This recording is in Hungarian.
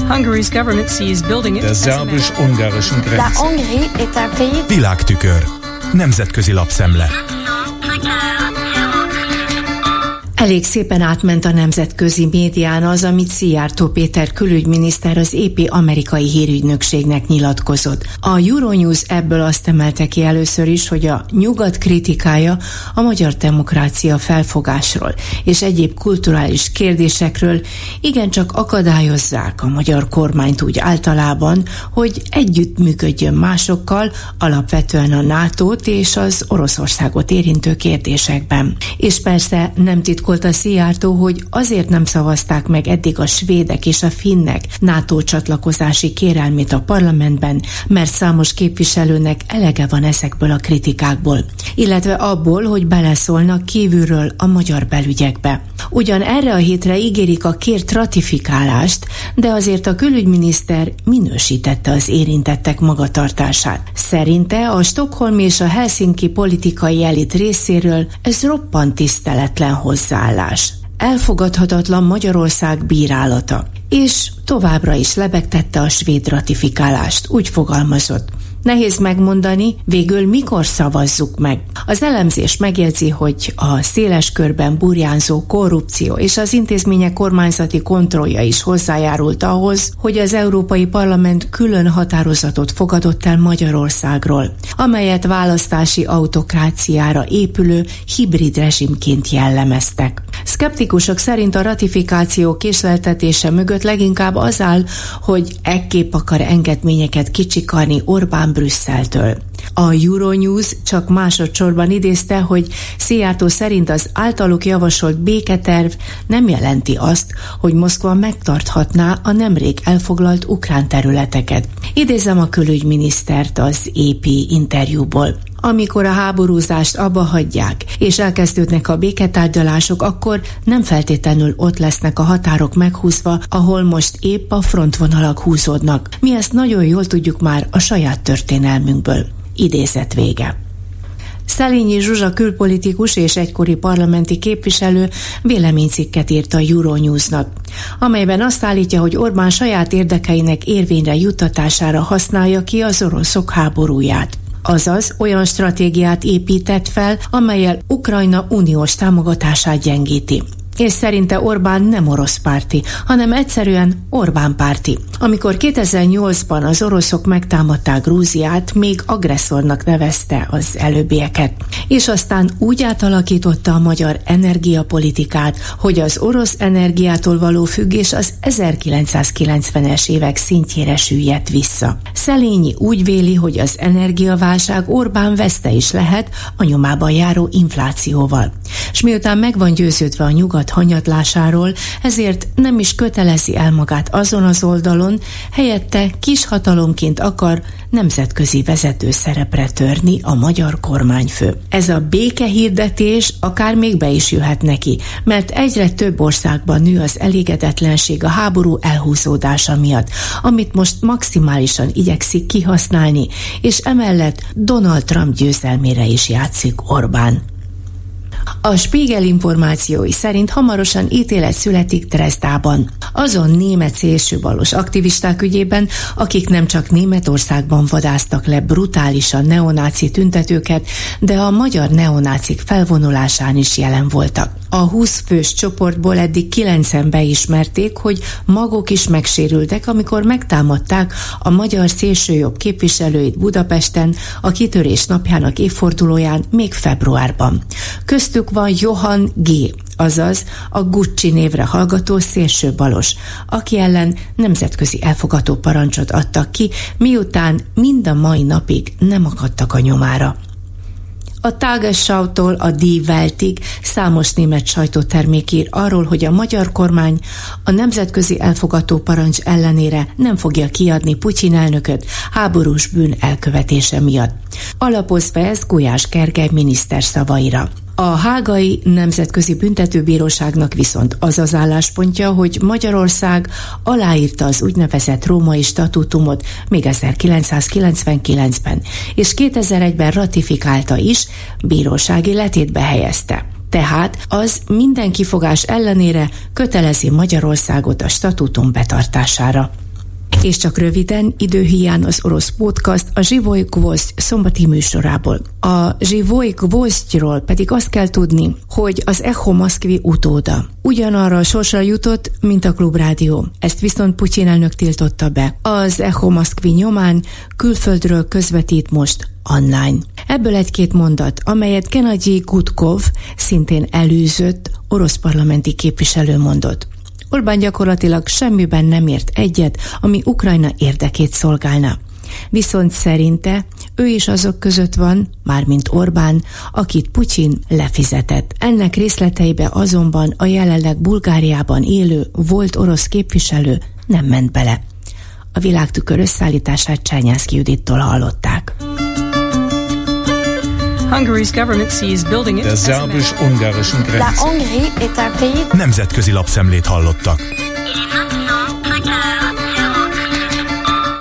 Der szerbus-ungarischen Grenze. La Hongrie est un pays. Világtükör. Nemzetközi lapszemle. Elég szépen átment a nemzetközi médián az, amit Szijjártó Péter külügyminiszter az EP amerikai hírügynökségnek nyilatkozott. A Euronews ebből azt emelte ki először is, hogy a nyugat kritikája a magyar demokrácia felfogásról és egyéb kulturális kérdésekről igencsak akadályozzák a magyar kormányt úgy általában, hogy együttműködjön másokkal, alapvetően a NATO-t és az Oroszországot érintő kérdésekben. És persze nem titkolta Szijjártó, hogy azért nem szavazták meg eddig a svédek és a finnek NATO csatlakozási kérelmét a parlamentben, mert számos képviselőnek elege van ezekből a kritikákból, illetve abból, hogy beleszólnak kívülről a magyar belügyekbe. Ugyan erre a hétre ígérik a kért ratifikálást, de azért a külügyminiszter minősítette az érintettek magatartását. Szerinte a stockholmi és a helsinki politikai elit részéről ez roppant tiszteletlen hozzáállás. Elfogadhatatlan Magyarország bírálata, és továbbra is lebegtette a svéd ratifikálást, úgy fogalmazott. Nehéz megmondani, végül mikor szavazzuk meg. Az elemzés megjegyzi, hogy a széles körben burjánzó korrupció és az intézmények kormányzati kontrollja is hozzájárult ahhoz, hogy az Európai Parlament külön határozatot fogadott el Magyarországról, amelyet választási autokráciára épülő hibrid rezsimként jellemeztek. Szkeptikusok szerint a ratifikáció késleltetése mögött leginkább az áll, hogy ekképp akar engedményeket kicsikarni Orbán Brüsszeltől. A Euronews csak másodszorban idézte, hogy Szijjártó szerint az általuk javasolt béketerv nem jelenti azt, hogy Moszkva megtarthatná a nemrég elfoglalt ukrán területeket. Idézem a külügyminisztert az EP interjúból. Amikor a háborúzást abba hagyják, és elkezdődnek a béketárgyalások, akkor nem feltétlenül ott lesznek a határok meghúzva, ahol most épp a frontvonalak húzódnak. Mi ezt nagyon jól tudjuk már a saját történelmünkből. Idézet vége. Szelényi Zsuzsa külpolitikus és egykori parlamenti képviselő véleménycikket írt a Euronewsnak, amelyben azt állítja, hogy Orbán saját érdekeinek érvényre juttatására használja ki az oroszok háborúját. Azaz olyan stratégiát épített fel, amellyel Ukrajna uniós támogatását gyengíti. És szerinte Orbán nem orosz párti, hanem egyszerűen Orbán párti. Amikor 2008-ban az oroszok megtámadták Grúziát, még agresszornak nevezte az előbbieket. És aztán úgy átalakította a magyar energiapolitikát, hogy az orosz energiától való függés az 1990-es évek szintjére süllyedt vissza. Szelényi úgy véli, hogy az energiaválság Orbán veszte is lehet a nyomában járó inflációval. S miután meg van győződve a nyugat hanyatlásáról, ezért nem is kötelezi el magát azon az oldalon, helyette kishatalomként akar nemzetközi vezető szerepre törni a magyar kormányfő. Ez a békehirdetés akár még be is jöhet neki, mert egyre több országban nő az elégedetlenség a háború elhúzódása miatt, amit most maximálisan igyekszik kihasználni, és emellett Donald Trump győzelmére is játszik Orbán. A Spiegel információi szerint hamarosan ítélet születik Dresdában. Azon német szélsőbalos aktivisták ügyében, akik nem csak Németországban vadásztak le brutálisan neonáci tüntetőket, de a magyar neonácik felvonulásán is jelen voltak. A 20 fős csoportból eddig 9-en beismerték, hogy maguk is megsérültek, amikor megtámadták a magyar szélsőjobb képviselőit Budapesten a kitörés napjának évfordulóján még februárban. Köztük van Johann G., azaz a Gucci névre hallgató szélsőbalos, aki ellen nemzetközi elfogató parancsot adtak ki, miután mind a mai napig nem akadtak a nyomára. A Tagesschautól a Die Weltig számos német sajtótermék ír arról, hogy a magyar kormány a nemzetközi elfogató parancs ellenére nem fogja kiadni Putyin elnököt háborús bűn elkövetése miatt. Alapozva ez Gulyás Gergely miniszter szavaira. A hágai nemzetközi büntetőbíróságnak viszont az az álláspontja, hogy Magyarország aláírta az úgynevezett római statútumot még 1999-ben, és 2001-ben ratifikálta is, bírósági letétbe helyezte. Tehát az minden kifogás ellenére kötelezi Magyarországot a statútum betartására. És csak röviden, időhiány az orosz podcast a Zsivoy Gvozd szombati műsorából. A Zsivoy Gvozdról pedig azt kell tudni, hogy az Echo Moszkvi utóda. Ugyanarra a sorsra jutott, mint a Klubrádió. Ezt viszont Putyin elnök tiltotta be. Az Echo Moszkvi nyomán külföldről közvetít most online. Ebből egy-két mondat, amelyet Gennady Gutkov, szintén elűzött orosz parlamenti képviselő mondott. Orbán gyakorlatilag semmiben nem ért egyet, ami Ukrajna érdekét szolgálna. Viszont szerinte ő is azok között van, mármint Orbán, akit Putyin lefizetett. Ennek részleteibe azonban a jelenleg Bulgáriában élő volt orosz képviselő nem ment bele. A Világtükör összeállítását Csányánszky Judittól hallották. Der szerbus-ungarischen Grenze. La Hongrie est un pays... Nemzetközi lapszemlét hallottak.